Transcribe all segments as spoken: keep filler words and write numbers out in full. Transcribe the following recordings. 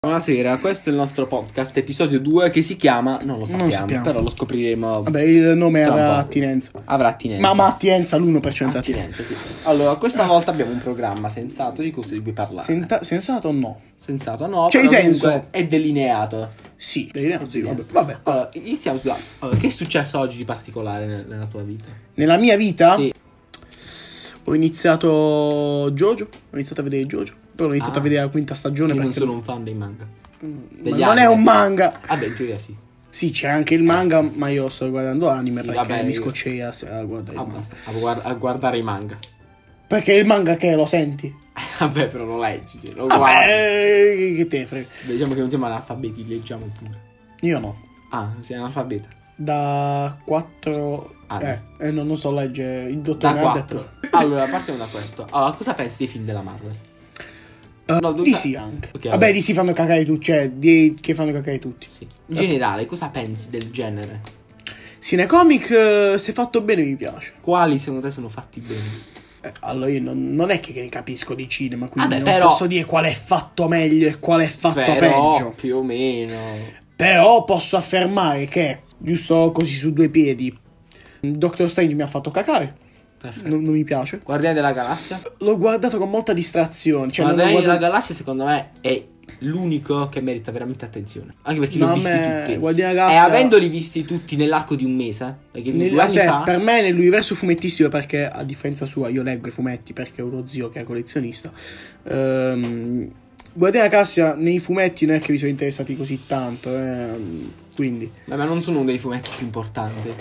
Buonasera, questo è il nostro podcast, episodio due, che si chiama... Non lo sappiamo, Non sappiamo. però lo scopriremo. Vabbè, il nome tra un avrà po'. attinenza. Avrà attinenza. Ma, ma attinenza l'uno per cento Attinenza, sì. Allora, questa volta abbiamo un programma sensato di cosa di cui parlare. Senta- sensato o no? Sensato no, C'è però il senso. comunque è delineato. Sì, delineato, sì, vabbè. Vabbè. vabbè. Allora, iniziamo da... Allora, che è successo oggi di particolare nel- nella tua vita? Nella mia vita Sì. ho iniziato JoJo, ho iniziato a vedere JoJo, però ho iniziato Ah. a vedere la quinta stagione Io non perché sono un fan dei manga. ma Degli non è anime. un manga. Vabbè, in teoria sì. Sì, c'è anche il manga, ma io sto guardando anime Sì, perché vabbè, mi io- scoccia a, a guardare il Ah, manga. basta. A, guard- a guardare i manga. Perché il manga che lo senti? Vabbè, però lo leggi, lo guardi. Vabbè, che te frega. Diciamo che non siamo analfabeti, leggiamo pure. Io no. Ah, sei analfabeta. Da quattro Anni. eh, eh non, non so leggere. Il Da dottore mi ha quattro. detto. Allora, partiamo da questo. Allora, cosa pensi dei film della Marvel? Uh, No, D due- C anche. Ok, Vabbè, vabbè. D C fanno cacare tutti, cioè di, che fanno cacare tutti. Sì. In generale, cosa pensi del genere? Cinecomic, eh, se fatto bene mi piace. Quali secondo te sono fatti bene? Eh, allora io non, non è che ne capisco di cinema, quindi Vabbè, non però- posso dire qual è fatto meglio e qual è fatto Però, peggio. più o meno. Però posso affermare che, giusto così su due piedi, Doctor Strange mi ha fatto cacare. Perfetto. Non, non mi piace. Guardiani della Galassia? L'ho guardato con molta distrazione. Cioè, non l'ho Guardiani della guardato... Galassia, secondo me, è l'unico che merita veramente attenzione. Anche perché No, li ho a visti me tutti. Guardiani della E Galassia- avendoli visti tutti nell'arco di un mese, perché Nel- due anni cioè, fa... per me nell'universo fumettistico, perché a differenza sua io leggo i fumetti perché ho uno zio che è collezionista, ehm, Guardiani della Galassia nei fumetti non è che mi sono interessati così tanto, ehm, quindi Beh, ma non sono uno dei fumetti più importanti.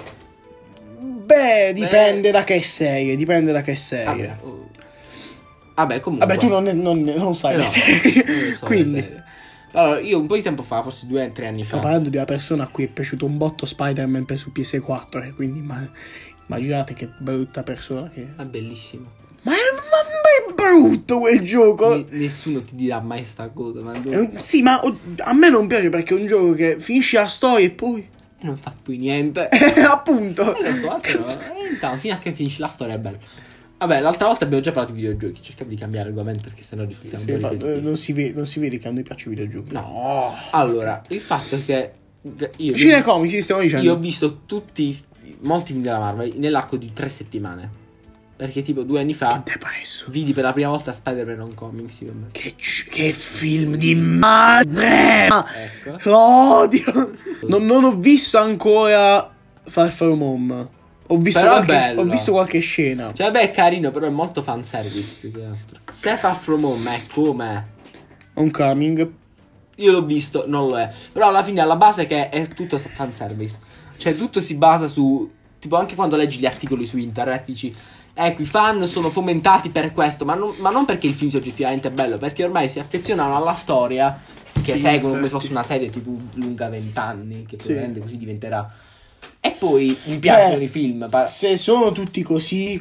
beh dipende da che serie, dipende da che serie. Vabbè, oh. Vabbè, comunque. Vabbè, tu non, ne- non, ne- non sai Eh le no, serie, non lo so, quindi le serie. Allora, io un po' di tempo fa, forse due o tre anni sto fa. parlando di una persona a cui è piaciuto un botto Spider-Man per su P S quattro, e quindi ma- immaginate che brutta persona che è. È bellissimo. Ma è, ma è brutto quel gioco. N- nessuno ti dirà mai sta cosa. Ma È dove- un- sì, ma o- a me non piace perché è un gioco che finisce la storia e poi non fa più niente. appunto. Eh, lo so, però. eh, intanto, fino a che finisce la storia è bello. Vabbè, l'altra volta abbiamo già parlato di videogiochi. Cerchiamo di cambiare argomento perché sennò risultiamo Sì, un po' fa- ripetitivi. non, si vede, non si vede che a noi piace i videogiochi. No. Allora, il fatto è che io, Cinecomics, ci stiamo dicendo. io ho visto tutti, molti film della Marvel nell'arco di tre settimane. Perché tipo due anni fa Che depresso. vidi per la prima volta Spider-Man Homecoming, sì, per me. Che, c- che film di madre. Ecco. Lo odio. Non, non ho visto ancora Far From Home. Ho visto, Però è qualche, bello. ho visto qualche scena. Cioè, vabbè, è carino, però è molto fanservice più che altro. Se Far From Home è come... Homecoming. Io l'ho visto, non lo è. Però alla fine, alla base che è tutto fanservice. Cioè, tutto si basa su... Tipo, anche quando leggi gli articoli su internet, dici... Ecco, i fan sono fomentati per questo, ma non, ma non perché il film sia oggettivamente bello, perché ormai si affezionano alla storia che Sì, seguono come infatti. se fosse una serie tivù lunga vent'anni, che Sì. probabilmente così diventerà. E poi mi piacciono Beh, i film. pa- Se sono tutti così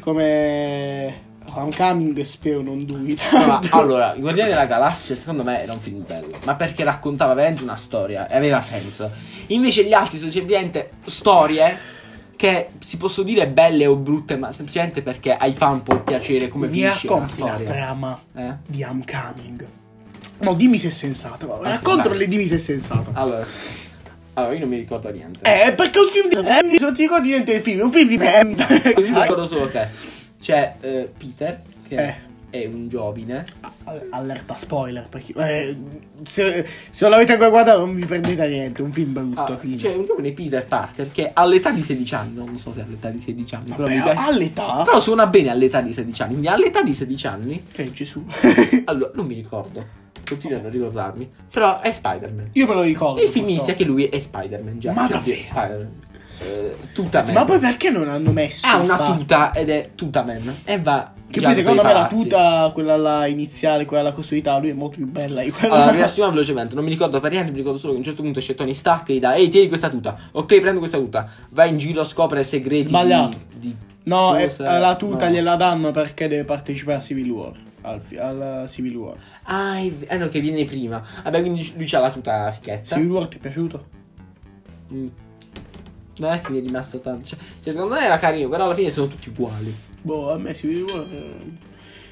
come Homecoming, spero non duri Ma, tanto. allora, I Guardiani della Galassia secondo me era un film bello, ma perché raccontava veramente una storia e aveva senso. Invece gli altri sono semplicemente storie che si possono dire belle o brutte, ma semplicemente perché ai fan può piacere come Mi finisce la racconti la storia. trama Eh? di Homecoming. No, dimmi se è sensata. Raccontamela dai. e dimmi se è sensata. Allora, allora, io non mi ricordo niente. Eh, perché è un film di... Eh, mi sono ti ricordi niente del film, è un film di... Io mi ricordo solo che c'è eh, Peter, che Eh. è un giovine. Allerta spoiler, perché... Eh, se, se non l'avete ancora guardato non vi perdete niente, è un film brutto, Ah, fine. c'è un giovane Peter Parker che all'età di sedici anni, non so se all'età di sedici anni, però, Vabbè, mi piace- all'età... però suona bene all'età di sedici anni. Quindi all'età di sedici anni, Che Gesù. allora non mi ricordo, continuo a non ricordarmi, però è Spider-Man. Io me lo ricordo. E il film purtroppo. inizia che lui è Spider-Man già. Ma cioè, davvero? Spider-Man. Eh, Tutaman. Ma poi perché non hanno messo... ha il una fatto- tuta ed è Tutaman e va Che già poi secondo per i me la palazzi. tuta, quella là iniziale, quella là costruita, lui è molto più bella di quella. Allora, riassumiamo velocemente, non mi ricordo per niente, mi ricordo solo che a un certo punto c'è Tony Stark e gli dà ehi, tieni questa tuta, ok, prendo questa tuta, vai in giro, scopre segreti Sbagliato. di, di No, è- cose. la tuta No. gliela danno perché deve partecipare a Civil War. Al, fi- al Civil War. Ah, è v- eh no, che viene prima. Vabbè, quindi lui c'ha la tuta fichetta. Civil War ti è piaciuto? Mm. Non è che mi è rimasto tanto. Cioè, cioè, secondo me era carino, però alla fine sono tutti uguali. Boh, a me Civil War... eh,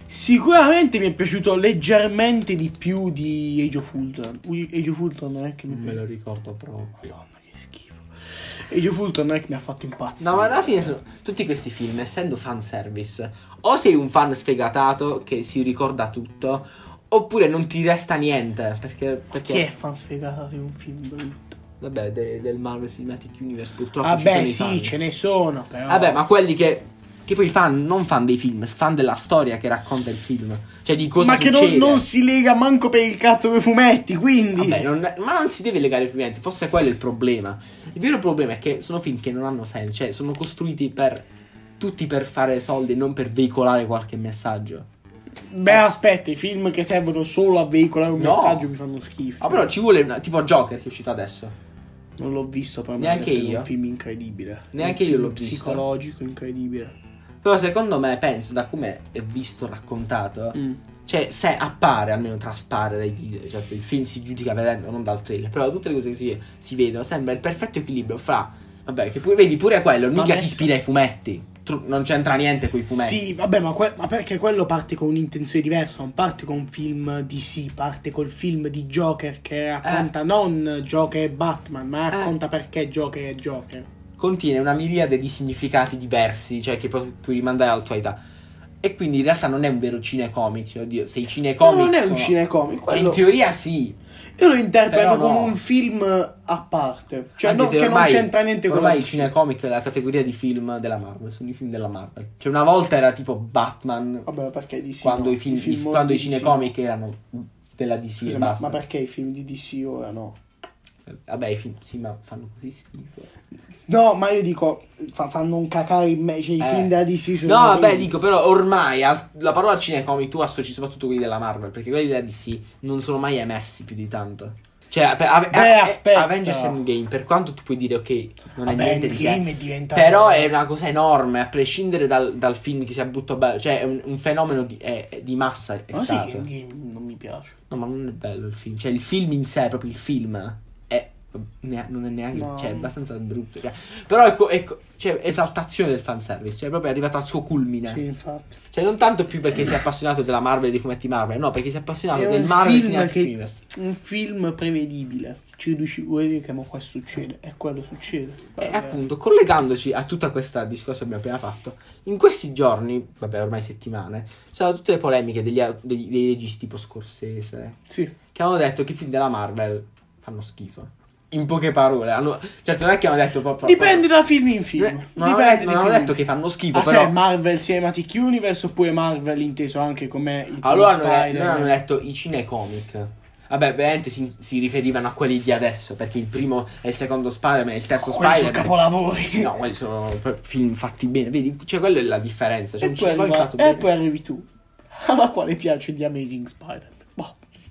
Sicuramente mi è piaciuto leggermente di più di Age of Ultron. Age of Ultron non è che mi Non me lo ricordo proprio. Madonna, che schifo. Age of Ultron non è che mi ha fatto impazzire. No, ma alla fine sono tutti questi film, essendo fanservice, o sei un fan sfegatato che si ricorda tutto, oppure non ti resta niente. Perché, perché... Chi è fan sfegatato di un film brutto? Vabbè, de- del Marvel Cinematic Universe purtroppo ci Vabbè, sono i sì, fan. ce ne sono, però. Vabbè, ma quelli che... Che poi fan, non fan dei film, fan della storia che racconta il film. Cioè di cosa Ma che non, succede. non si lega manco per il cazzo con i fumetti, quindi. Vabbè, non- ma non si deve legare ai fumetti, forse quello è il problema. Il vero problema è che sono film che non hanno senso, cioè sono costruiti per tutti per fare soldi e non per veicolare qualche messaggio. Beh, aspetta, i film che servono solo a veicolare un No. messaggio mi fanno schifo. Ma però ci vuole una, tipo Joker che è uscito adesso. Non l'ho visto, però Neanche mi ha detto che io. È un film incredibile. Neanche Un io film l'ho visto. psicologico incredibile. Però secondo me, penso, da come è visto, raccontato, Mm. cioè se appare, almeno traspare dai video, cioè il film si giudica vedendo, non dal trailer, però tutte le cose che si, si vedono sembra il perfetto equilibrio fra, vabbè, che pure vedi pure quello, mica me- si ispira ai fumetti, Tru- non c'entra niente con i fumetti. Sì, vabbè, ma, que- ma perché quello parte con un'intenzione diversa, non parte con un film D C, parte col film di Joker che racconta non Joker e Batman, ma racconta perché Joker è Joker. Contiene una miriade di significati diversi, cioè che pu- puoi rimandare alla tua età. E quindi in realtà non è un vero cinecomic, cioè, oddio, se i No, cinecomic non è un sono- cinecomic, Cioè, quello in teoria sì. io lo interpreto Però no. come un film a parte, cioè Anche no, se che ormai- non c'entra niente con ormai la il cinecomic è la categoria di film della Marvel, sono i film della Marvel. Cioè una volta era tipo Batman, Vabbè, perché D C quando, no, i, film, i- film quando i di D C cinecomic erano della D C Scusa, e ma, basta. ma perché i film di D C ora no? Vabbè, i film sì, ma fanno così schifo. No, ma io dico, fa- fanno un cacare in me, cioè i Eh. film della D C sono No, vabbè, orrendi. dico, però ormai al- la parola cinecomic tu associ soprattutto quelli della Marvel, perché quelli della D C non sono mai emersi più di tanto. Cioè, per- Ave- Beh, Ave- aspetta. Avengers Endgame, per quanto tu puoi dire, ok, non è Vabbè, niente di Endgame che, è diventato- però è una cosa enorme, a prescindere dal, dal film che sia brutto o bello, cioè è un, un fenomeno di, è- è di massa, è Ma sì, stato. Endgame non mi piace. No, ma non è bello il film, cioè il film in sé, proprio il film, è, ne- non è neanche, No. cioè è abbastanza brutto, cioè. Però ecco, ecco, cioè esaltazione del fanservice, cioè proprio è arrivato al suo culmine. Sì, infatti. Cioè non tanto più perché si è appassionato della Marvel e dei fumetti Marvel, no, perché si è appassionato È del un Marvel film Cinematic che- Universe. Un film prevedibile. Ci riduci, vuoi dire che ma qua succede e quello succede. E Vabbè. appunto, collegandoci a tutta questa discorso che abbiamo appena fatto, in questi giorni, vabbè ormai settimane, ci sono tutte le polemiche degli, degli- dei registi tipo Scorsese, Sì. che hanno detto che i film della Marvel fanno schifo. In poche parole, hanno, certo non è che hanno detto proprio- Dipende da film in film. Non, è- non hanno, Dipende detto, dai non hanno film. detto che fanno schifo, Ah, se però è Marvel Cinematic Universe oppure Marvel inteso anche come il allora primo hanno, Spider-Man. non hanno detto i cinecomic. Vabbè, ovviamente si, si riferivano a quelli di adesso, perché il primo e il secondo Spider-Man e il terzo Quelli sono Spider-Man. capolavori. No, quelli sono proprio film fatti bene, vedi? Cioè, quella è la differenza. Cioè, E un poi, cinecomic arriva- fatto e bene. poi arrivi tu, alla quale piace The Amazing Spider-Man. Boh.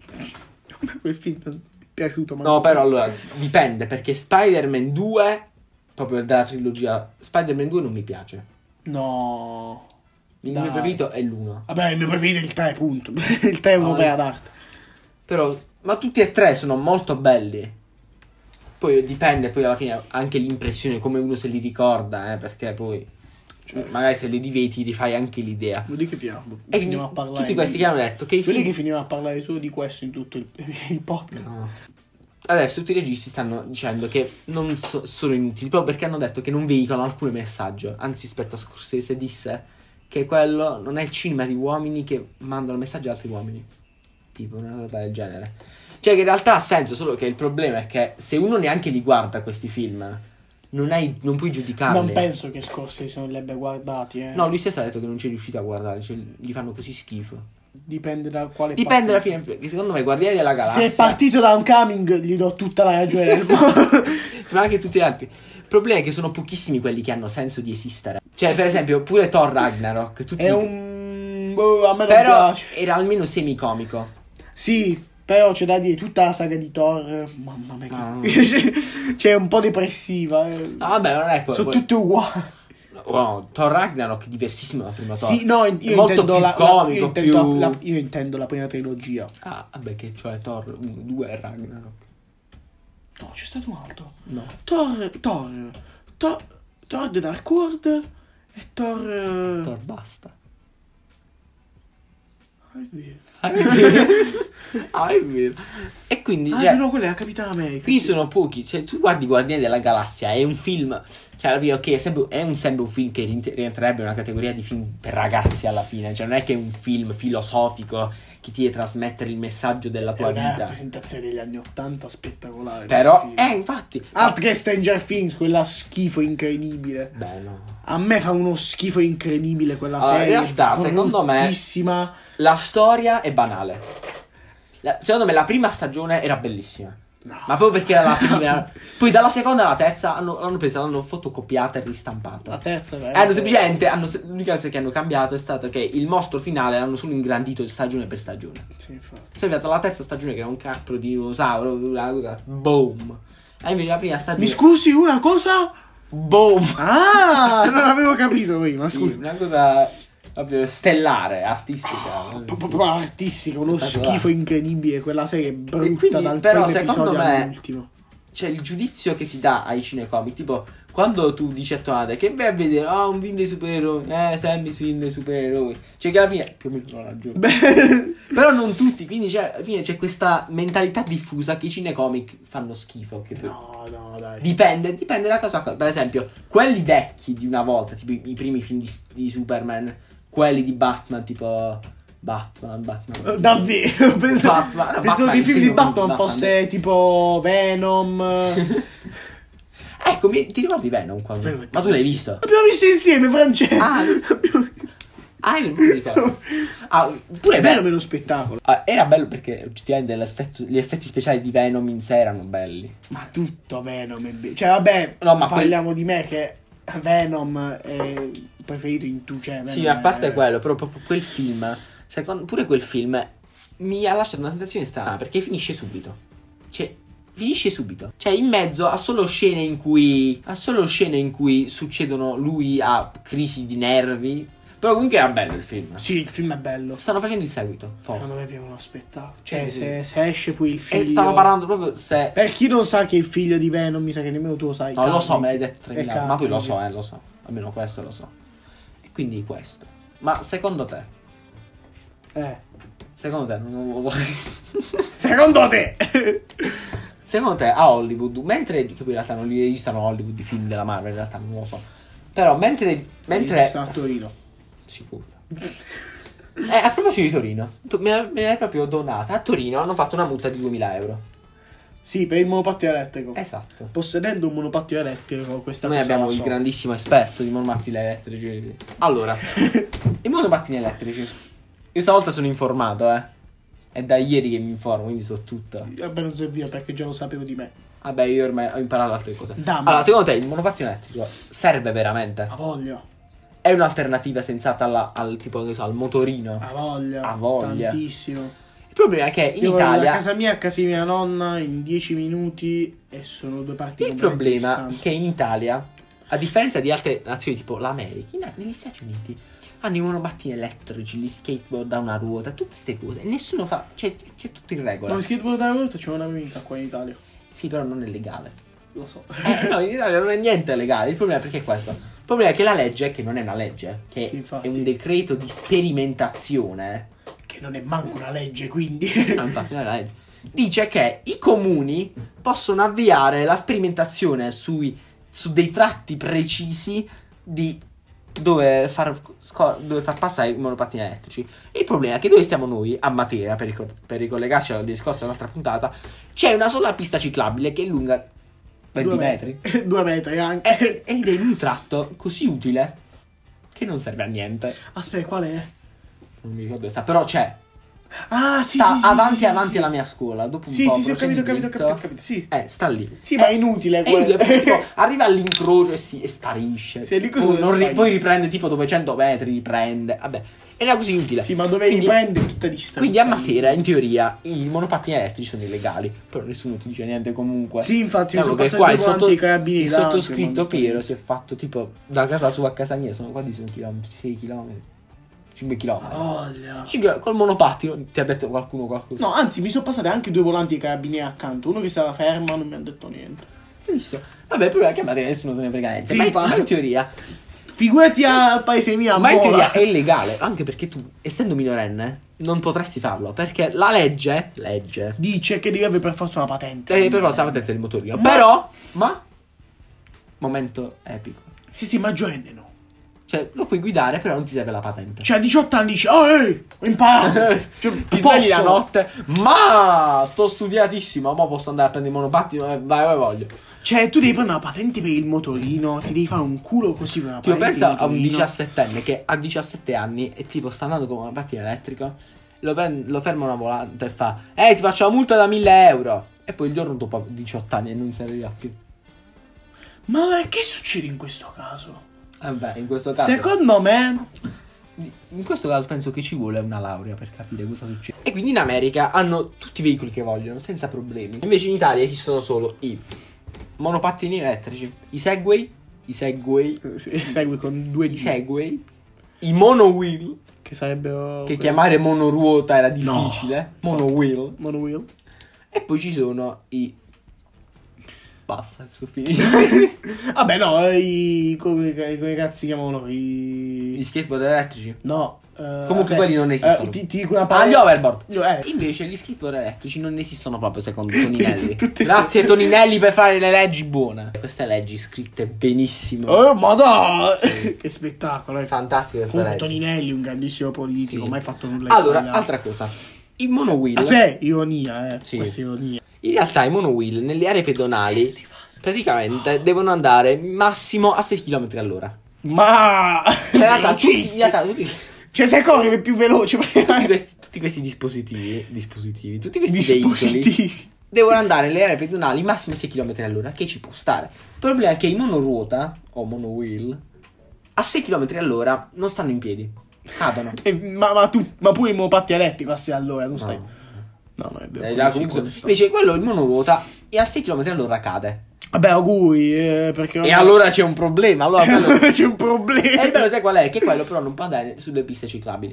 A me quel film non mi è piaciuto. Ma No, però allora dipende, perché Spider-Man due, proprio della trilogia, Spider-Man due non mi piace. No. Il Dai. mio preferito è l'uno. Vabbè, il mio preferito è il tre, punto. Il tre è No, un'opera io- d'arte. Però, ma tutti e tre sono molto belli. Poi dipende, poi alla fine anche l'impressione, come uno se li ricorda, eh, perché poi cioè, magari se li rivedi ti rifai anche l'idea. Vuol dire che finiamo, E finiamo a parlare. tutti questi di- che hanno detto che i Vuol dire film... che finiamo a parlare solo di questo in tutto il, il podcast. No. Adesso tutti i registi stanno dicendo che non so- sono inutili, proprio perché hanno detto che non veicolano alcun messaggio. Anzi, rispetto a Scorsese disse che quello non è il cinema di uomini che mandano messaggi ad altri uomini. Tipo una cosa del genere. Cioè che in realtà ha senso, solo che il problema è che se uno neanche li guarda questi film, non, hai, non puoi giudicarli. Non penso che Scorsese non li abbia guardati, eh. No, lui stesso ha detto che non ci è riuscito a guardarli, cioè, gli fanno così schifo. Dipende da quale Dipende alla partito. fine, perché secondo me Guardiani della Galassia... Se è partito da un coming gli do tutta la ragione del mondo. ma anche tutti gli altri. Il problema è che sono pochissimi quelli che hanno senso di esistere. Cioè, per esempio, pure Thor Ragnarok. Tutti... È un... boh, a me non Però piace. era almeno semicomico. Sì, però c'è da dire tutta la saga di Thor. Mamma mia, No. che... c'è un po' depressiva. eh. No, vabbè, non è quello. Sono tutte uguali. Oh, no, Thor Ragnarok è diversissimo dal primo Thor. Sì, no, io È molto intendo più la, la- comico, io intendo più... la, io intendo la prima trilogia. Ah, vabbè, che cioè Thor uno, due e Ragnarok. No, c'è stato un altro. No. Thor, Thor, Thor, Thor The Dark World e Thor... eh, Thor basta. Ah, è vero. Ah, è vero. Ah, è vero. E quindi Ah, cioè, no, quella è la Capitana America. qui sono pochi. Cioè, tu guardi Guardiani della Galassia, è un film. Cioè, alla fine, ok, è, sempre, è un, sempre un film che rientrerebbe in una categoria di film per ragazzi alla fine. Cioè, non è che è un film filosofico che ti deve trasmettere il messaggio della tua è una vita. rappresentazione degli anni Ottanta spettacolare. Però, eh, infatti. Altro che Stranger Things, quella schifo incredibile. Beh, no. A me fa uno schifo incredibile quella Allora, serie. in realtà, secondo me, bruttissima. la storia è banale. La- secondo me la prima stagione era bellissima. No. Ma proprio perché era la prima. Poi dalla seconda alla terza hanno, l'hanno preso, l'hanno fotocopiata e ristampata. La terza Eh, hanno semplicemente hanno, l'unica cosa che hanno cambiato è stato che il mostro finale l'hanno solo ingrandito stagione per stagione. Sì, infatti. Sono arrivata alla terza stagione che era un cappro di dinosauro, una cosa. Boom. E invece la prima stagione. Mi scusi, una cosa? Boom. Ah, non avevo capito prima, Sì, scusi. una cosa proprio stellare, artistica. Proprio artistica, uno Spettacolare. schifo incredibile. Quella serie è brutta quindi, dal però, primo secondo episodio me- all'ultimo. C'è il giudizio che si dà ai cinecomic, tipo quando tu dici a tua madre che vai a vedere ah un film dei supereroi, eh sempre film dei supereroi, cioè che alla fine più o meno non ragione. Beh, Però non tutti, quindi c'è, alla fine c'è questa mentalità diffusa che i cinecomic fanno schifo, che poi- no, no, dai. dipende, dipende da cosa, per esempio quelli vecchi di una volta, tipo i, i primi film di, di Superman, quelli di Batman, tipo Batman, Batman. Davvero, pensavo, Batman, no, pensavo Batman, che il film il di primo Batman Batman. fosse tipo Venom. Ecco, mi- ti ricordi Venom quando? Venom è Ma tu l'hai bellissimo. visto? Abbiamo visto insieme, Francesco. Ah, Abbiamo visto. Ah, io non mi ricordo. Ah, pure Venom Venom. è uno spettacolo. Ah, era bello perché oggettivamente l'effetto- gli effetti speciali di Venom in sé erano belli. Ma tutto Venom è bello. Cioè, vabbè, No, ma parliamo di me che Venom è preferito in tu. Cioè, Sì, Venom a parte è- quello, però proprio quel film, secondo, pure quel film mi ha lasciato una sensazione strana perché finisce subito. Cioè, finisce subito. Cioè, in mezzo a solo scene in cui a solo scene in cui succedono lui ha crisi di nervi. Però comunque era bello il film. Sì, il film è bello. Stanno facendo il seguito. forte. Secondo me viene uno spettacolo. Cioè, Eh, sì. se, se esce poi il figlio. E stanno parlando proprio se. Per chi non sa che il figlio di Venom, mi sa che nemmeno tu lo sai. No, lo so, Carnage. me l'hai detto È tremila. Ma poi lo so, Carnage. eh, lo so. Almeno questo lo so. E quindi questo. Ma secondo te? Eh. Secondo te, non lo so. Secondo te? Secondo te a Hollywood, mentre che poi in realtà non li registrano Hollywood i film della Marvel, in realtà non lo so. Però mentre mentre Sta a Torino. sicuro. Eh, a proposito di Torino, tu me me l'hai proprio donata. A Torino hanno fatto una multa di duemila euro. Sì, per il monopattino elettrico. Esatto. Possedendo un monopattino elettrico, questa Noi cosa abbiamo la il so. grandissimo esperto di monopattini elettrici. Allora, i monopattini elettrici. Io stavolta sono informato, eh. È da ieri che mi informo, quindi so tutto. Vabbè, non serviva perché già lo sapevo di me. Vabbè, io ormai ho imparato altre cose. Dammi. Allora, secondo te il monopattino elettrico serve veramente? A voglia. È un'alternativa sensata alla- al tipo, che so, al motorino? A voglia. A voglia. Tantissimo. Il problema è che in Io vado da Italia casa mia a casa di mia nonna in dieci minuti e sono due parti il completamente problema è distanti. che in Italia, a differenza di altre nazioni tipo l'America, in- negli Stati Uniti hanno i monopattini elettrici, gli skateboard da una ruota, tutte queste cose. E nessuno fa, c'è, c'è, c'è tutto in regola. Ma skateboard da ruota c'è un'amica qua in Italia. Sì, però non è legale. Lo so. Eh, no, in Italia non è niente legale. Il problema è perché è questo. Il problema è che la legge, che non è una legge, che Sì, infatti. è un decreto di sperimentazione. Che non è manco una legge, quindi. No, infatti, non è una legge. Dice che i comuni possono avviare la sperimentazione sui, su dei tratti precisi di dove far, sco- dove far passare i monopattini elettrici. Il problema è che dove stiamo noi, a Matera, per, ricor- per ricollegarci al discorso dell'altra puntata, c'è una sola pista ciclabile che è lunga venti Due metri. Due metri anche. E- Ed è in un tratto così utile che non serve a niente. Aspetta, qual è? Non mi ricordo dove sta, però c'è. Ah, sì, Sta sì, sì, avanti sì, sì, avanti sì. alla mia scuola. Dopo un Sì, po' sì, sì, ho procedi capito, ho capito, ho dritto. capito, ho capito, sì. Eh, sta lì. Sì, ma è Eh, inutile è quello. inutile perché tipo, arriva all'incrocio e, si, e sparisce. Sì, all'incrocio poi, non ri- sparisce. poi riprende tipo dopo cento metri, riprende. Vabbè, è una cosa inutile. Sì, ma dove Quindi- riprende è tutta distrutta. Quindi a Matera, in teoria, i monopattini elettrici sono illegali. Però nessuno ti dice niente comunque. Sì, infatti, mi Diciamo sono che passati qua due il, volanti sotto- i carabinieri il davanti, sottoscritto mi hanno detto Piero si è fatto tipo da casa sua a casa mia. Sono quanti sono chilometri? sei chilometri. cinque chilometri. Voglia. cinque col monopattino ti ha detto qualcuno qualcosa. No, anzi, mi sono passate anche due volanti di carabinieri accanto. Uno che stava fermo, non mi ha detto niente. Visto? Vabbè, il problema è che a Matera nessuno se ne frega niente. Sì, ma, in- infatti. ma in teoria Figurati al paese mio. Ma in teoria è illegale, anche perché tu, essendo minorenne, non potresti farlo. Perché la legge, legge dice che devi avere per forza una patente. Eh, per forza la patente del motorino. Ma- Però, ma momento epico. Sì, sì, maggiorenne no. Cioè, lo puoi guidare, però non ti serve la patente. Cioè, a diciotto anni dici, oh, ehi, ho imparato. Cioè, ti svegli la notte, ma sto studiatissimo, ma posso andare a prendere il monopattino, eh, vai, vai, voglio. Cioè, tu devi prendere una patente per il motorino, ti devi fare un culo così per una Tipo, patente pensa per il a un motorino. diciassettenne che a diciassette anni e tipo sta andando con una macchina elettrica, lo, pen- lo ferma una volante e fa, eh, ti faccio la multa da mille euro. E poi il giorno dopo diciotto anni e non servirà più. Ma che succede in questo caso? Vabbè, in questo caso... Secondo me... In questo caso penso che ci vuole una laurea per capire cosa succede. E quindi in America hanno tutti i veicoli che vogliono, senza problemi. Invece in Italia esistono solo i monopattini elettrici, i Segway, i Segway, Sì, segui con due i G. Segway, i monowheel, Che sarebbero... che chiamare monoruota era difficile, monowheel. Monowheel. E poi ci sono i... Basta, sono finito. Vabbè, no, i... Come, come cazzo si chiamano? Gli I... skateboard elettrici. No. eh, Comunque aspetta, quelli non esistono. eh, ti, ti dico una Ah, parola. gli overboard. Eh. Invece gli skateboard elettrici non esistono proprio secondo Toninelli. Tutte Grazie ste- Toninelli per fare le leggi buone. Queste leggi scritte benissimo. Oh, ma dai! Che spettacolo. Eh. Fantastiche queste Comunque leggi. Toninelli, un grandissimo politico, Sì. mai fatto nulla di Allora, sbagliato. altra cosa. I monowheel. Aspetta, ironia, eh. Sì. Questa è ironia. In realtà i monowheel nelle aree pedonali praticamente devono andare massimo a sei chilometri all'ora. Ma... Cioè, in realtà, tutti, in velocissimo. realtà tutti, Cioè, se corri più veloce... tutti questi, tutti questi dispositivi, dispositivi, tutti questi veicoli dispositivi. devono andare nelle aree pedonali massimo sei chilometri all'ora, che ci può stare. Il problema è che i monoruota, o monowheel, a sei chilometri all'ora non stanno in piedi, cadono. Eh, ma, ma tu, ma pure il monopatti elettrico a sei all'ora, non stai... No, no, è vero. Eh, già, comunque, invece quello, il monoruota, e a sei chilometri all'ora cade. Vabbè, auguri, eh, perché... E allora c'è un problema. Allora quello... c'è un problema. E il bello sai qual è? Che quello però non può andare sulle piste ciclabili.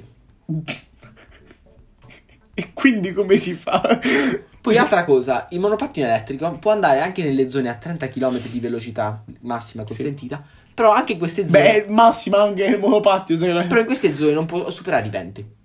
E quindi come si fa? Poi altra cosa, il monopattino elettrico può andare anche nelle zone a trenta chilometri di velocità massima consentita. Sì. Però anche in queste zone... Beh, massima anche il monopattino. Però in queste zone non può superare i venti.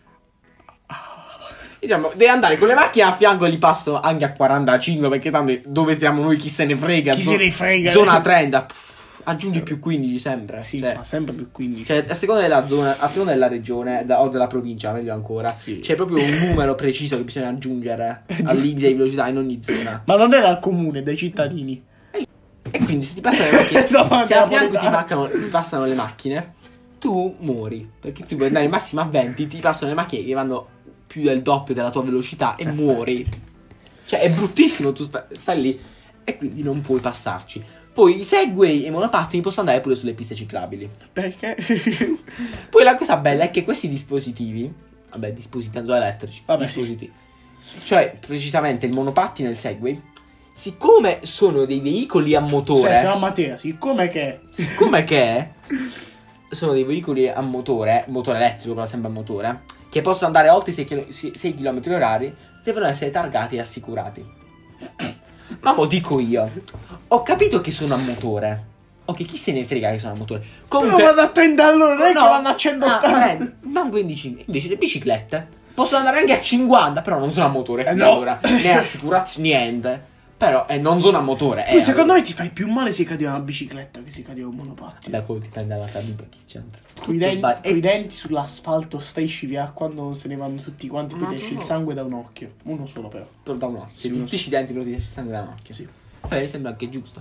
Diciamo, deve andare con le macchine a fianco e li passo anche a quarantacinque, perché tanto dove stiamo noi chi se ne frega. Chi se ne frega. Zona trenta, pff, aggiungi più quindici sempre. Sì, cioè, fa sempre più quindici. Cioè, a seconda della zona, a seconda della regione da, o della provincia, meglio ancora, Sì. c'è proprio un numero preciso che bisogna aggiungere al limite di velocità in ogni zona. Ma non era al comune, dai cittadini. E quindi se ti passano le macchine, Esatto, se a fianco ti, napoletano. mancano- ti passano le macchine, tu muori. Perché tu puoi andare massimo a venti, ti passano le macchine che vanno più del doppio della tua velocità e Perfetto. muori. Cioè è bruttissimo, tu sta- stai lì e quindi non puoi passarci. Poi i Segway e i monopattini possono andare pure sulle piste ciclabili. Perché? Poi la cosa bella è che questi dispositivi, vabbè, dispositivi elettrici, Vabbè, dispositivi, cioè precisamente il monopattino e il Segway, siccome sono dei veicoli a motore, Cioè, siamo a Matera, siccome che... siccome che sono dei veicoli a motore, motore elettrico però sempre a motore, che possono andare oltre i sei chilometri orari, devono essere targati e assicurati. Ma mo dico io, ho capito che sono a motore. Ok, chi se ne frega che sono a motore. Comunque Però vado a trenta all'ora, non è no, che vanno a centottanta. ah, eh, non quindici. Invece le biciclette possono andare anche a cinquanta, però non sono a motore. Eh, quindi no. allora, né assicurazione, niente. Però eh, non sono a motore. Poi eh, secondo allora. me ti fai più male se cadi a una bicicletta che se cadi a un monopattino. Beh, quello dipende dalla caduta, chi c'entra. Con i Tutto denti, sbaglio. coi denti sull'asfalto strisci via quando se ne vanno tutti quanti, poi Ma ti esce no. il sangue da un occhio. Uno solo però. Però da un occhio. Sì, Se ti uno strisci i denti, però ti esce il sangue da un occhio. Sì. Beh, sembra anche giusto.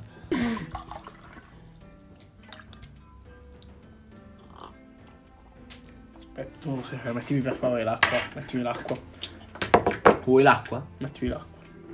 Aspetta, tu se- mettimi per favore l'acqua. Mettimi l'acqua. Vuoi l'acqua? Mettimi l'acqua.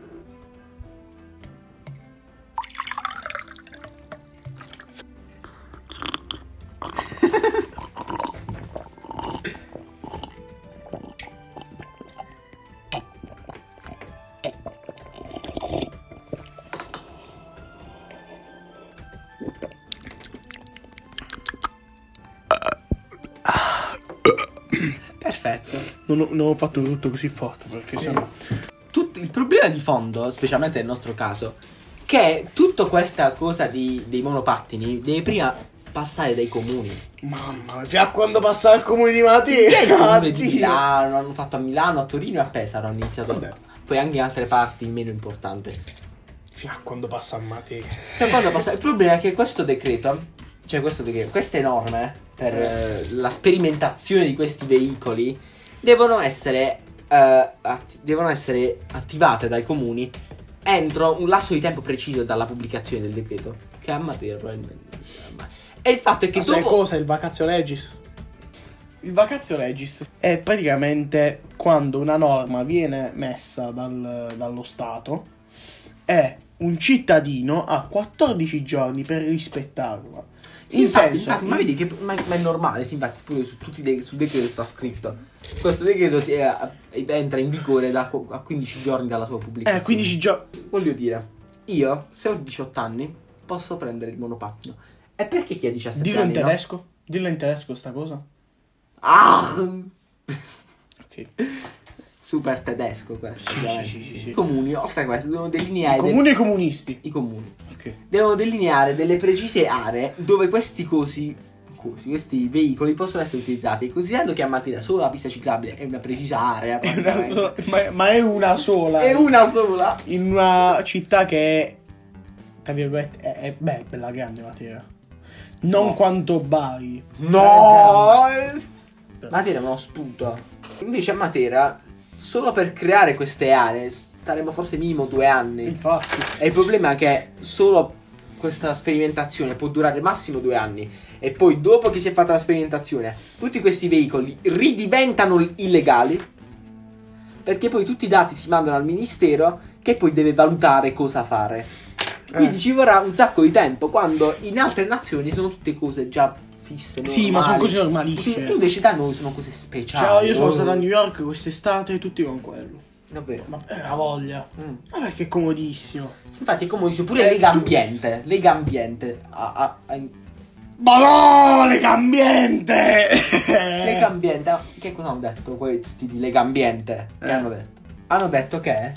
Perfetto. Non ho, non ho fatto tutto così forte perché sennò... Tutto, il problema di fondo, specialmente nel nostro caso, che tutta questa cosa di, dei monopattini deve prima passare dai comuni. Mamma mia, fino a quando passava il comune di Che il Matera? comune di Milano, hanno fatto a Milano, a Torino e a Pesaro hanno iniziato. Vabbè. Poi anche in altre parti meno importanti. Fino a quando passa a Matera. Cioè, quando passa... Il problema è che questo decreto, cioè questo decreto, queste norme per eh, la sperimentazione di questi veicoli devono essere, eh, atti- devono essere attivate dai comuni entro un lasso di tempo preciso dalla pubblicazione del decreto, che è a Matera probabilmente. E il fatto è che Ma sai dopo... cosa? Il vacazio legis? Il vacazio legis è praticamente quando una norma viene messa dal- dallo Stato e un cittadino ha quattordici giorni per rispettarla. Sì, In infatti, senso, infatti, ma vedi che ma, ma è normale, sì, infatti pure su tutti i de- sul decreto sta scritto. Questo decreto si è- entra in vigore da qu- a quindici giorni dalla sua pubblicazione. eh, quindici giorni. Voglio dire, io se ho diciotto anni posso prendere il monopattino. E perché chi ha diciassette Dillo in anni? no? tedesco. Dillo in tedesco sta cosa. Ah! Ok. Super tedesco questo. Sì, ovviamente, sì, sì, sì, sì. I comuni, oltre a questo, devono I delineare. comuni e i comunisti. I comuni. Ok. Devono delineare delle precise aree dove questi cosi, cosi, questi veicoli possono essere utilizzati. Considerando che a Matera solo la pista ciclabile è una precisa area, È una praticamente. sola- ma, ma è una sola. È una sola. In una città che è, tra virgolette, è, è, beh, è bella grande Matera. Non No. quanto Bari. No! Matera è uno spunto. Invece a Matera, solo per creare queste aree, staremo forse minimo due anni. Infatti. E il problema è che solo questa sperimentazione può durare massimo due anni. E poi dopo che si è fatta la sperimentazione, tutti questi veicoli ridiventano illegali. Perché poi tutti i dati si mandano al ministero, che poi deve valutare cosa fare. Quindi Eh. ci vorrà un sacco di tempo, quando in altre nazioni sono tutte cose già fisse. Sì, ma sono normali. cose normalissime. Sì, invece da noi sono cose speciali. Ciao, io sono Oh. stato a New York quest'estate e tutti con quello. Davvero. Ma è una voglia. Mm. Ma perché è comodissimo. Infatti è come dice pure Eh, Lega tu- Ambiente. Lega Ambiente. Ha, ha, ha- Ma no, Lega Ambiente! Lega Ambiente. ah, Che cosa hanno detto questi di Lega Ambiente? Che Eh. hanno detto? Hanno detto che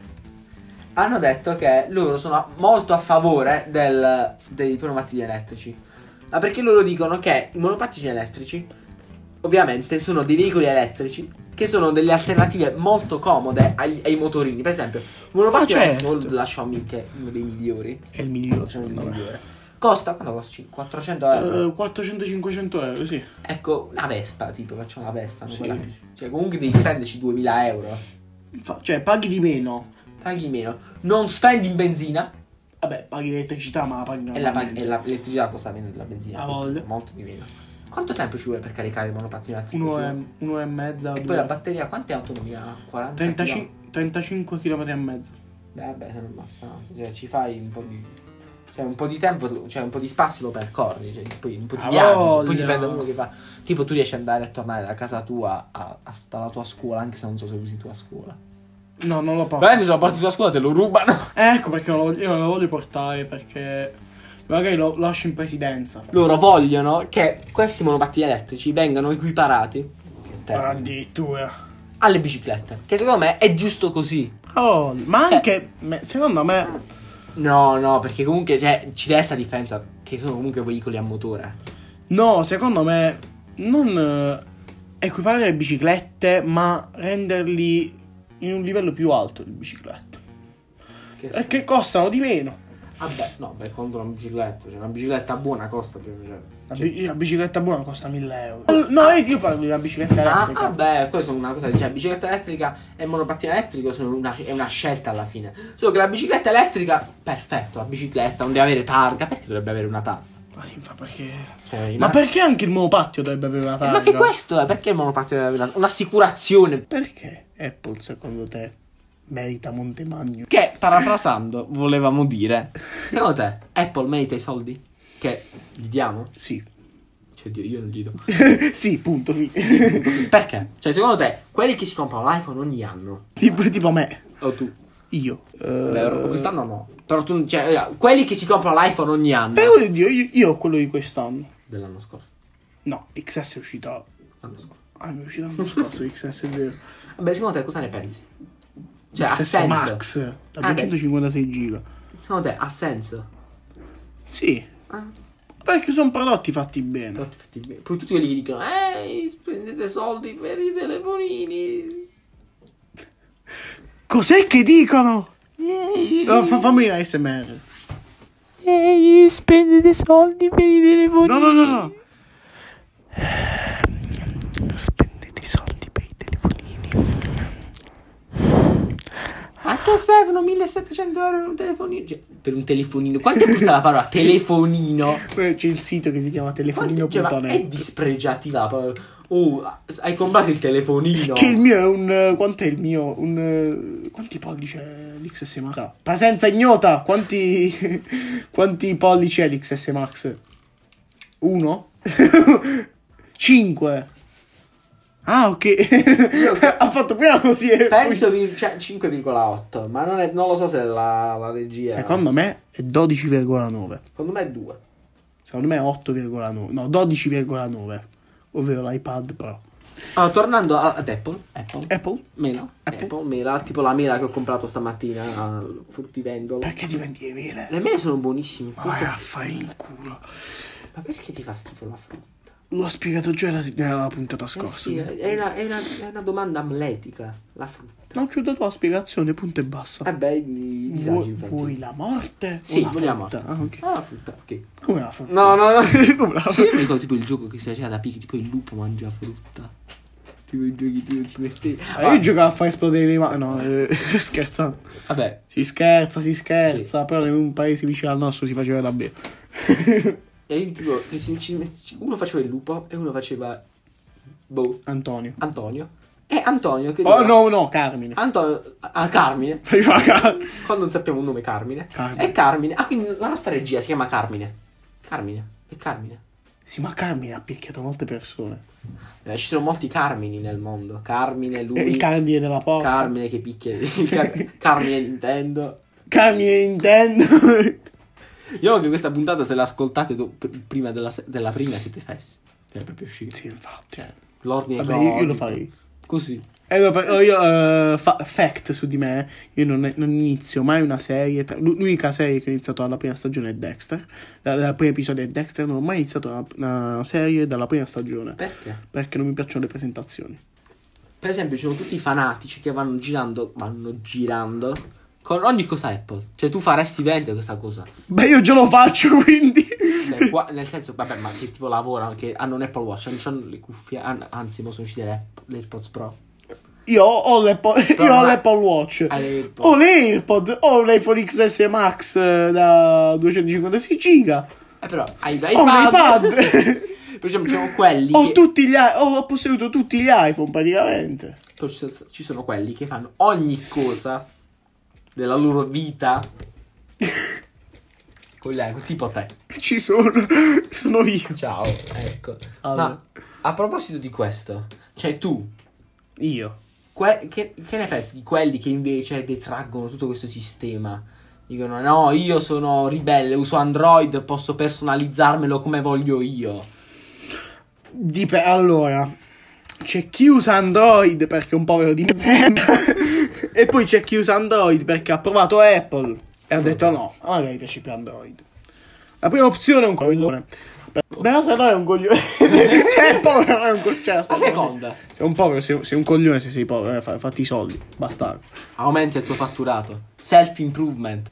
Hanno detto che loro sono molto a favore del, dei monopattini elettrici. Ma perché loro dicono che i monopattini elettrici ovviamente sono dei veicoli elettrici che sono delle alternative molto comode ai, ai motorini. Per esempio, un monopattino Ma certo. elettrico della Xiaomi, che è uno dei migliori. È il migliore, Sono il secondo me. migliore. Costa, quanto costa? quattrocento euro. Eh, quattrocento cinquecento euro, sì. Ecco, una Vespa, tipo, facciamo una Vespa, non Sì. quella più. Cioè, comunque devi spenderci duemila euro. Infa- cioè, paghi di meno. Paghi meno. Non spendi in benzina. Vabbè, paghi l'elettricità, ma la paghi E la paghi- normalmente. e la- l'elettricità costa meno della benzina. Ha voglia. Molto di meno. Quanto tempo ci vuole per caricare il monopattino elettrico? Uno tuo? e, uno e mezza. E due. poi la batteria, quante autonomia ha? quaranta trentacinque, trentacinque chilometri e mezzo. Beh, vabbè, se non basta. Cioè, ci fai un po' di... Cioè, un po' di tempo, cioè un po' di spazio lo percorri. Cioè, poi un po' di Ah, viaggi. Cioè, voglia. poi dipende da uno che fa... Tipo, tu riesci ad andare e tornare da casa tua a, a, alla tua scuola, anche se non so se usi tu a scuola. No, non lo porto. Veramente se lo porti tu a scuola te lo rubano. Ecco perché non lo voglio- io non lo voglio portare, perché magari lo lascio in presidenza. Loro vogliono che questi monopattini elettrici vengano equiparati che termine, Addirittura. alle biciclette. Che secondo me è giusto così. Oh, ma Cioè- anche me- secondo me No, no, perché comunque cioè, ci deve sta differenza che sono comunque veicoli a motore. no, secondo me non eh, equiparare le biciclette, ma renderli in un livello più alto di biciclette. Che Perché costano di meno. Vabbè, no, beh, contro una bicicletta. Cioè, una bicicletta buona costa più. Cioè. La, bi- la bicicletta buona costa mille euro. No, io parlo di una bicicletta Ah, elettrica. vabbè, poi sono una cosa. Cioè, bicicletta elettrica e monopattino elettrico sono una, è una scelta alla fine. Solo che la bicicletta elettrica, perfetto, la bicicletta non deve avere targa. Perché dovrebbe avere una targa? Ma sì, fa perché. Cioè, Ma una- perché anche il monopattino dovrebbe avere una Eh, targa? Ma che questo è? Perché il monopattino deve avere una- un'assicurazione? Perché Apple secondo te merita Montemagno? Che, parafrasando, volevamo dire. Secondo te, Apple merita i soldi? Che gli diamo? Sì. Cioè, Dio, io non gli do. Sì, punto. fi- Perché? Cioè, secondo te, quelli che si comprano l'iPhone ogni anno, tipo, tipo me. o tu? Io. Beh, Eh, quest'anno no. Però tu, cioè, eh, quelli che si comprano l'iPhone ogni anno. Però oddio, io, io ho quello di quest'anno. Dell'anno scorso. No, X S è uscito. L'anno scorso. Ah, è uscito l'anno scorso X S, è vero. Vabbè, secondo te cosa ne pensi? Cioè, X ha S senso? Max da Ah, beh. duecentocinquantasei giga. Secondo te ha senso? Sì. Ah. Perché sono prodotti fatti bene. Prodotti fatti bene. Poi tutti quelli che dicono, ehi, spendete soldi per i telefonini. Cos'è che dicono? No, fa, fammi la S M R. Ehi, spendete soldi per i telefonini. No, no, no, no. Spendete i soldi per i telefonini. A che servono millesettecento euro per un telefonino? Cioè, per un telefonino. Quanto è brutta la parola telefonino? C'è il sito che si chiama telefonino punto net. Cioè, ma è dispregiativa la parola. Oh, hai comprato il telefonino. Che il mio è un... Quant'è il mio? Un... Quanti pollici è l'X S Max? Presenza ignota! Quanti... Quanti pollici è l'X S Max? Uno? Cinque. Ah, ok. Ha fatto prima così. Penso vi- cioè, cinque virgola otto. Ma non, è, non lo so se è la, la regia. Secondo me è dodici virgola nove. Secondo me è due. Secondo me è otto virgola nove. No, dodici virgola nove. Ovvero l'iPad Pro. Allora, tornando a- ad Apple. Apple. Apple? Mela. Apple. Apple. Mela. Tipo la mela che ho comprato stamattina al fruttivendolo. Perché ti vendi le mele? Le mele sono buonissime. il frutto- Vai a fare in culo. Ma perché ti fa schifo la frutta? L'ho spiegato già nella, nella puntata Eh scorsa. sì, è una, è, una, è una domanda amletica. La frutta. No, ci ho dato la spiegazione, punto e basta. Eh beh, i disagi Vuoi, infantili. vuoi la morte? Sì, o la vogliamo. frutta? Ah, ok. Ah, la frutta, ok. Come la frutta? No, no, no. Come la Sì, io frutta? mi ricordo tipo il gioco che si faceva da picchi, tipo il lupo mangia frutta. Tipo i giochi tipo si mette. Ah, io giocavo a far esplodere le mani. No, eh, scherzando. Vabbè, Si scherza, si scherza. Però in un paese vicino al nostro si faceva da bere. e io tipo che si- ci- uno faceva il lupo e uno faceva boh, Antonio. Antonio. E Antonio che Oh, diceva- no, no, Carmine. Antonio ah, Carmine. Prima Car- Quando non sappiamo un nome Carmine. Carmine. E Carmine. Ah, quindi la nostra regia si chiama Carmine. Carmine. È Carmine. Sì, ma Carmine ha picchiato molte persone. Eh, ci sono molti Carmini nel mondo. Carmine, lui. E il cardine della porta. Carmine che picchia. Car- Carmine Nintendo. Carmine Nintendo. Io che questa puntata se l'ascoltate do- pr- prima della, se- della prima siete fessi. Cioè, è proprio uscito. Sì, infatti. Cioè, l'ordine Vabbè, io, io lo cronologico. farei. Così. Eh, no, per- io, eh, fa- fact su di me, io non, non inizio mai una serie. tra- L'unica serie che ho iniziato alla prima stagione è Dexter. Dal, dal primo episodio è Dexter, non ho mai iniziato una, una serie dalla prima stagione. Perché? Perché non mi piacciono le presentazioni. Per esempio, ci sono tutti i fanatici che vanno girando. Vanno girando con ogni cosa Apple. Cioè, tu faresti vendere questa cosa. Beh, io già lo faccio, quindi. Cioè, qua- nel senso, vabbè, ma che tipo lavorano, che hanno un Apple Watch, non hanno le cuffie, an- anzi, mo sono uscite le, App- le AirPods Pro. Io ho l'Apple, io non ho hai- l'Apple Watch. Hai le AirPods. Ho le AirPod. Ho l'iPhone X S Max eh, da duecentocinquantasei giga. Eh, però, hai Ho un iPad. Per esempio, ci sono quelli Ho che... tutti gli i- ho posseduto tutti gli iPhone praticamente. Poi ci sono, ci sono quelli che fanno ogni cosa della loro vita con l'ego, tipo te. Ci sono. Sono io. Ciao, ecco. Salve. Ma a proposito di questo, cioè tu, Io. que- che, che ne pensi di quelli che invece detraggono tutto questo sistema? Dicono no, io sono ribelle, uso Android, posso personalizzarmelo come voglio io. Dip- allora, c'è chi usa Android perché è un povero di merda. E poi c'è chi usa Android perché ha provato Apple e ha detto no, a me piace più Android. La prima opzione è un coglione. Però se no è un coglione. Cioè, è povero, non è un coglione. Cioè, La aspetta, seconda, sei un povero, sei, sei un coglione se sei povero, eh, fa- fatti i soldi, basta. aumenta il tuo fatturato. Self improvement.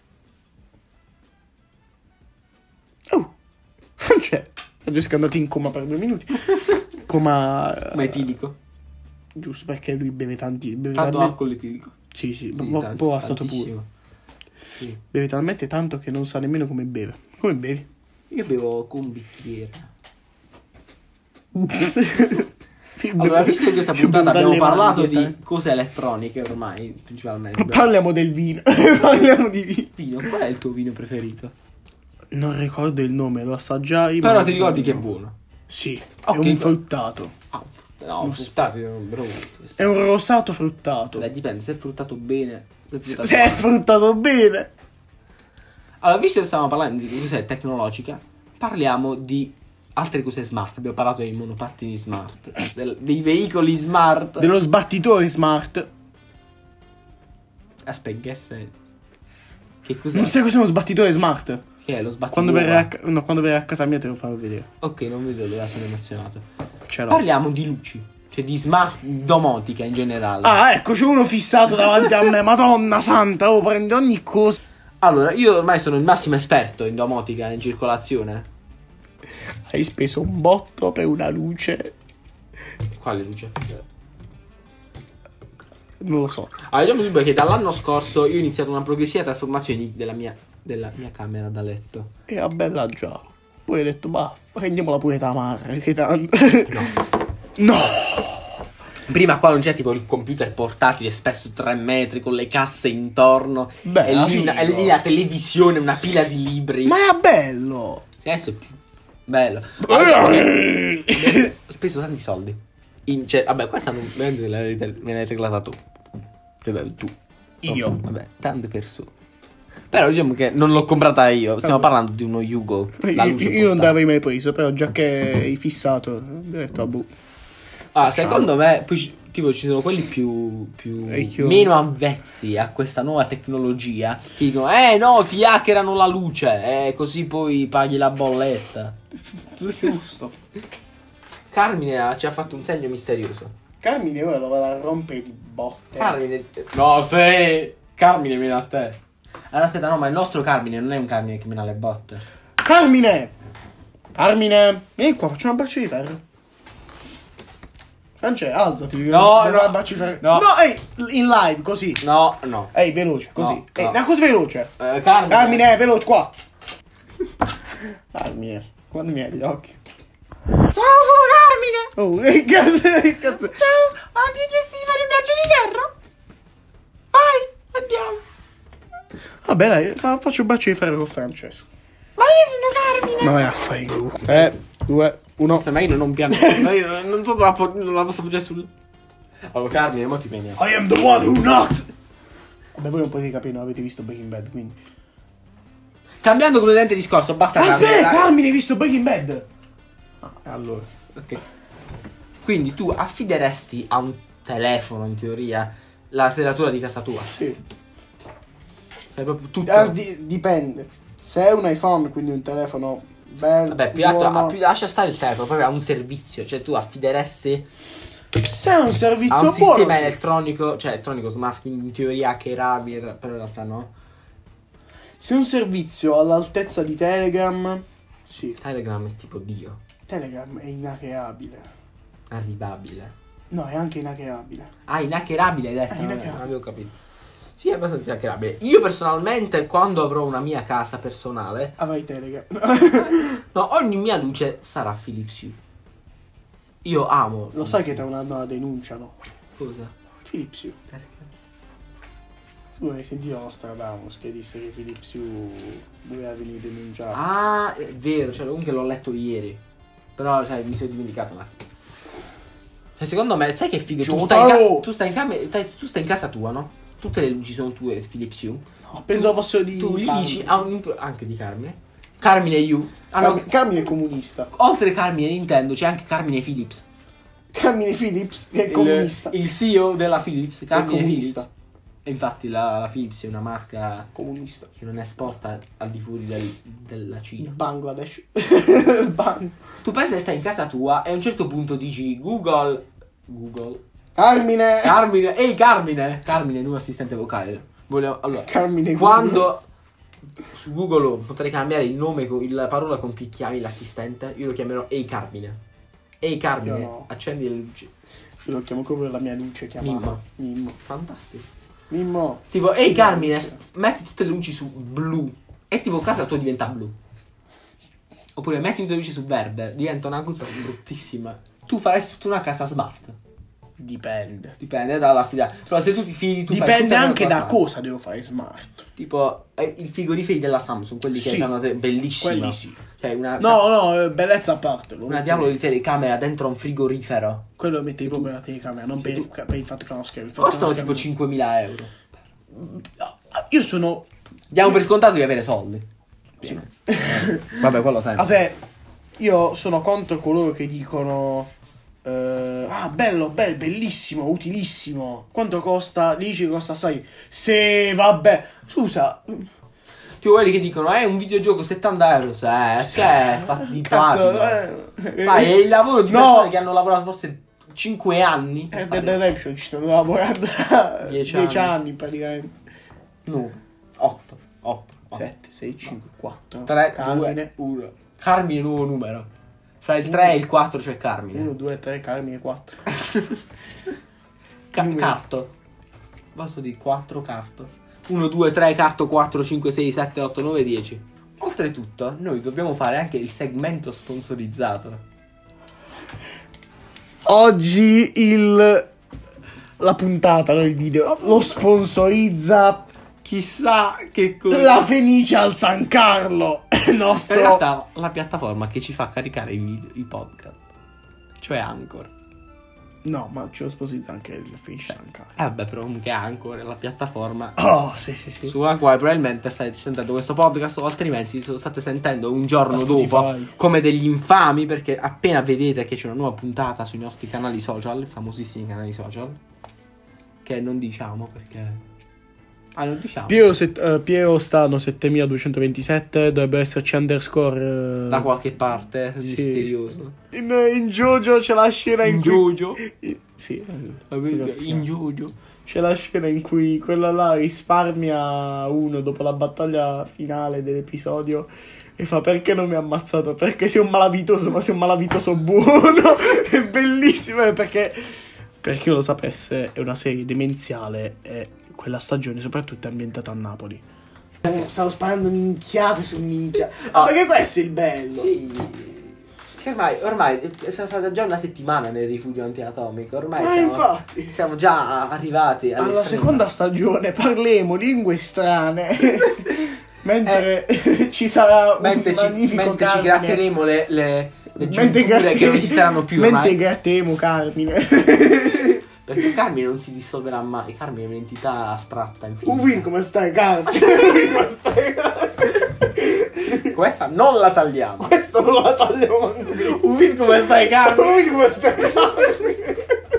Oh, cioè, Francesco è andato in coma per due minuti. Coma. Ma etilico. Giusto perché lui beve tanti. Beve Tanto talmente- alcol etilico. Sì, sì, Sì, ma tan- poi ha stato pure. tantissimo. Sì. Beve talmente tanto che non sa nemmeno come beve. Come bevi? Io bevo con un bicchiere. Beve- Allora, visto che in questa Io puntata bevo abbiamo dalle parlato mani, di eh. cose elettroniche ormai, principalmente. Parliamo del vino. Parliamo di vino. Vino, qual è il tuo vino preferito? Non ricordo il nome, lo assaggiai. ma Però non ti ricordi che è ricordo il nome. buono. Sì, Ok, è un go- fruttato. Ah, no, fruttati, bro. È un rosato fruttato. Beh, dipende, se è fruttato bene. Se è fruttato Se è male. fruttato bene. Allora, visto che stavamo parlando di cose tecnologiche, parliamo di altre cose smart. Abbiamo parlato dei monopattini smart, del- dei veicoli smart. Dello sbattitore smart. Aspetta, che senso? Che cos'è? Non sai cos'è uno sbattitore smart? Che è lo sbatti Quando uova? verrai, a, ca- no, quando verrai a casa mia te lo farò vedere. Ok, non vedo l'ora, sono emozionato. Ce l'ho. Parliamo di luci, cioè di smart domotica in generale. Ah, ecco, c'è uno fissato davanti a me. Madonna santa, oh, prende ogni cosa. Allora, io ormai sono il massimo esperto in domotica in circolazione. Hai speso un botto per una luce. Quale luce? Non lo so. Allora, diciamo subito che dall'anno scorso io ho iniziato una progressiva trasformazione della mia, della mia camera da letto. Era bella già. Poi hai detto, bah, prendiamola pure da mare, che tanto. No. No. Prima qua non c'è tipo il computer portatile spesso tre metri con le casse intorno. Beh, e lì, una- e lì la televisione, una pila di libri. Ma era bello. Sì, adesso è più bello. Ma diciamo che ho speso tanti soldi. In- cioè, vabbè, questa non me l'hai, me l'hai regalata tu. Cioè, beh, tu. Io. Oh, vabbè, tante persone. Però diciamo che non l'ho comprata io. Stiamo Vabbè. parlando di uno Yugo. La Io, luce io non portatile. l'avrei mai preso, però già che hai fissato, ho detto, ah, boh. Ah, secondo me, poi ci- tipo ci sono quelli più, più Vecchio. meno avvezzi a questa nuova tecnologia che dicono, eh no, ti hackerano la luce, e così poi paghi la bolletta. Giusto. Carmine ha- ci ha fatto un segno misterioso. Carmine ora lo vado a rompere di botte. Carmine, no, se Carmine viene a te. Allora aspetta, no, ma il nostro Carmine non è un Carmine che mena le botte. Carmine! Carmine! Vieni qua, facciamo un bacio di ferro. France, alzati. No, Devo no. un bacio di ferro. No. No, ehi, in live, così. No, no. Ehi, veloce, così. No, Ehi, no. una cosa veloce. Eh, Carmine. Carmine, veloce, qua. Carmine, guarda mi gli occhi. Ciao, sono Carmine. Oh, che cazzo, che cazzo. Ciao, ho chiesto di fare il braccio di ferro. Vai, andiamo. Vabbè, dai, fa- faccio un bacio di ferro con Francesco. Ma io sono Carmine. Ma vai a fare il culo. tre, due, uno. Aspetta, ma io non piano. Ma io non- non so dove la, po- non la posso appoggiare sul. Allora, Carmine, mo ti pegna. I am the one who knocked. Vabbè, voi non potete capire, non avete visto Breaking Bad, quindi. Cambiando completamente discorso, basta Aspetta, Carmine. Carmine, hai visto Breaking Bad? Ah, allora. Ok. Quindi tu affideresti a un telefono, in teoria, la serratura di casa tua? Sì. Cioè, proprio tutto. Ah, di- dipende. Se è un iPhone, quindi un telefono bello. Vabbè, più altro, buono. ah, più- lascia stare il telefono, proprio a un servizio. Cioè, tu affideresti Se è un servizio a un buono. sistema sì. elettronico, cioè elettronico smart, quindi in teoria hackerabile, però in realtà no. Se è un servizio all'altezza di Telegram, sì. Telegram è tipo Dio, Telegram è inhackerabile. arrivabile. No, è anche inhackerabile. Ah, inhackerabile hai detto? Ah, Vabbè, inhackerabile. non avevo capito. Sì, è abbastanza inhackerabile. Io personalmente, quando avrò una mia casa personale, Avrai Telegram. no, ogni mia luce sarà Philips Hue. Io amo. Lo sai che tra un anno la denunciano? Cosa? Philips Hue. Perché? Tu hai sentito Nostradamus che disse che Philips Hue doveva venire denunciato. Ah, è vero, cioè comunque l'ho letto ieri. Però, sai, mi sono dimenticato un attimo. Cioè, secondo me, sai che figo? Tu Giusto. stai, in ca- tu, stai in cam- stai- tu stai in casa tua, no? Tutte le luci sono tue, Philips Hue. No, penso fossero di Tu gli Carmine. dici a un imp- anche di Carmine. Carmine e Hue. Hanno- Carmine, Carmine è comunista. oltre a Carmine e Nintendo c'è anche Carmine Philips. Carmine Philips che è Il- comunista. Il, C E O della Philips, Carmine comunista. Philips. E infatti la, la Philips è una marca Comunista. che non esporta al di fuori del- della Cina. Bangladesh. Bang. Tu pensi che stai in casa tua e a un certo punto dici Google Google Carmine. Carmine, ehi Carmine, Carmine, nuovo assistente vocale. Volevo, allora, Carmine. quando su Google Home potrei cambiare il nome, con, la parola con cui chiami l'assistente, io lo chiamerò ehi Carmine. Ehi Carmine, Io no. accendi le luci. Io lo chiamo come la mia luce chiamata. Mimmo. Mimmo. Fantastico. Mimmo. Tipo, ehi Carmine, s- metti tutte le luci su blu. E tipo casa tua diventa blu. Oppure metti tutte le luci su verde, diventa una cosa bruttissima. Tu faresti tutta una casa smart. Dipende. Dipende dalla fida. Però se tu ti fidi, tu fai Dipende tutta una anche da smart. cosa devo fare smart. Tipo, eh, i frigoriferi della Samsung, quelli che Sì. hanno te- bellissima. Quelli sì. Cioè, una, No, no, eh, bellezza a parte. Lo una metto- diavolo di telecamera dentro un frigorifero. Quello lo metti proprio nella telecamera, non per, per il fatto che non schermo. il fatto Costano che non tipo schermo- cinquemila euro. Io sono. Diamo per scontato di avere soldi. Sì. Vabbè, quello sai. Vabbè, io sono contro coloro che dicono. eh, ah, bello, bello, bellissimo, utilissimo. Quanto costa? Dici che costa, sai? Se vabbè. Scusa. Tipo quelli che dicono, eh, un videogioco settanta euro. Se è, che è fatti Cazzo, pratica. eh. Sai, è il lavoro di No. persone che hanno lavorato forse cinque anni. per Red Dead fare- Redemption ci stanno lavorando da Dieci dieci anni. anni praticamente. No, otto. otto. sette, sei, cinque, quattro. tre, Carmine. due, uno. Carmine nuovo numero. Fra il tre e il quattro c'è Carmine. uno, due, tre, Carmine, quattro. Ca- Numeri. carto. Basta di quattro carto. uno, due, tre, carto, quattro, cinque, sei, sette, otto, nove, dieci. Oltretutto, noi dobbiamo fare anche il segmento sponsorizzato. Oggi il la puntata, non il video, lo sponsorizza Chissà che cosa. la Fenice al San Carlo. Il nostro. In realtà la piattaforma che ci fa caricare i, video, i podcast. Cioè Anchor. No, ma ce lo sponsorizza anche il Fenice San Carlo. Eh vabbè, però comunque Anchor è la piattaforma Oh, sì, sì, sì. sulla quale probabilmente state sentendo questo podcast, o altrimenti lo state sentendo un giorno Da dopo Spotify. come degli infami, perché appena vedete che c'è una nuova puntata sui nostri canali social, famosissimi canali social, che non diciamo perché ah non diciamo Piero, set- eh, Piero Stano settemiladuecentoventisette, dovrebbe esserci underscore eh, da qualche parte sì. misterioso. In, in Jojo c'è la scena in, In cui Jojo. I- sì, eh, In Jojo. c'è la scena in cui quella là risparmia uno dopo la battaglia finale dell'episodio e fa: perché non mi ha ammazzato? Perché sei un malavitoso, ma sei un malavitoso buono. È bellissimo, eh, perché per chi non lo sapesse è una serie demenziale e quella stagione soprattutto è ambientata a Napoli. Stavo sparando minchiate su minchia. Ah. Perché questo è il bello. Sì. Che ormai, ormai è stata già una settimana nel rifugio antiatomico. Ormai Ma siamo, infatti. siamo già arrivati Alla all'estremità. seconda stagione parleremo lingue strane. Mentre ci sarà Mentre un ci, magnifico mentre ci Carmine. gratteremo le, le, le Mentre giunture che non esisteranno più Mentre ormai. gratteremo Carmine. Perché Carmine non si dissolverà mai. Carmine è un'entità astratta infinita. Uvin, come stai Carmine? Uvin, come stai Questa non la tagliamo. Questo non la tagliamo manco più. Uvin, come stai Carmine? Uvin, come stai Carmine?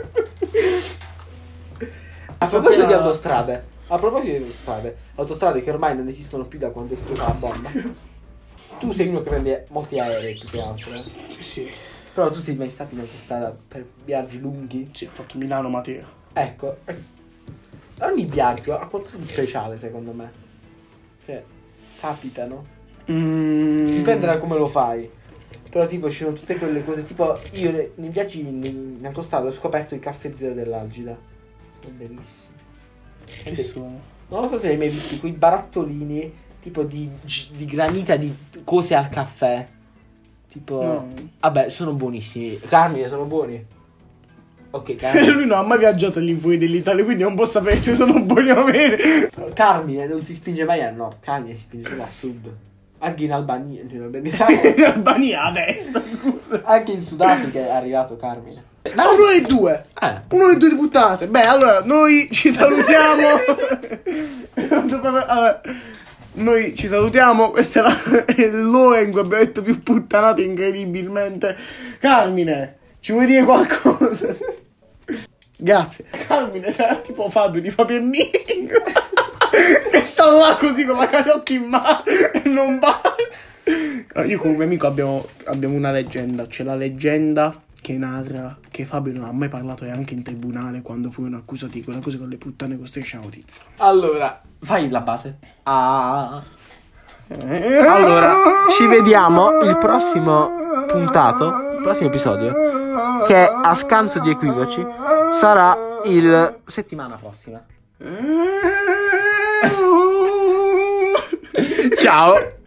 A proposito di autostrade. A proposito di autostrade. Autostrade che ormai non esistono più da quando è esplosa la bomba. Tu sei uno che prende molti aerei più che altro. Eh? Sì. Però tu sei mai stato in autostrada per viaggi lunghi? Sì, ho fatto Milano-Matera. Ecco. Ogni viaggio ha qualcosa di speciale secondo me. Cioè, capitano. Mm. Dipende da come lo fai. Però tipo ci sono tutte quelle cose. Tipo io ne- nei viaggi in, in autostrada ho scoperto il caffè zero dell'Algida. È bellissimo. Che Ed è- suono. Non lo so se hai mai visto quei barattolini tipo di, di granita di cose al caffè. Tipo No. vabbè, sono buonissimi. Carmine, sono buoni. Ok, Carmine. Lui non ha mai viaggiato agli fuori dell'Italia, quindi non può sapere se sono buoni o meno. Carmine non si spinge mai a nord, Carmine si spinge solo a sud. Anche in Albania, in Albania. In Albania a destra, scusa. Anche in Sudafrica è arrivato Carmine. Ma uno e due. Eh. Uno e due di puttanate. Beh, allora, noi ci salutiamo. Allora, noi ci salutiamo. Questa è, la, è l'ora in cui abbiamo detto più puttanate incredibilmente. Carmine, ci vuoi dire qualcosa? Grazie. Carmine sarà tipo Fabio di Fabio e Nick. Che sta là così con la cagiotta in mano e non va. Io con un mio amico abbiamo, abbiamo una leggenda. C'è la leggenda che narra che Fabio non ha mai parlato neanche in tribunale quando furono accusati di quella cosa con le puttane con Striscia la Notizia. Allora, fai la base. Ah. Allora, ci vediamo il prossimo puntato, il prossimo episodio, che a scanso di equivoci sarà il settimana prossima. Ciao.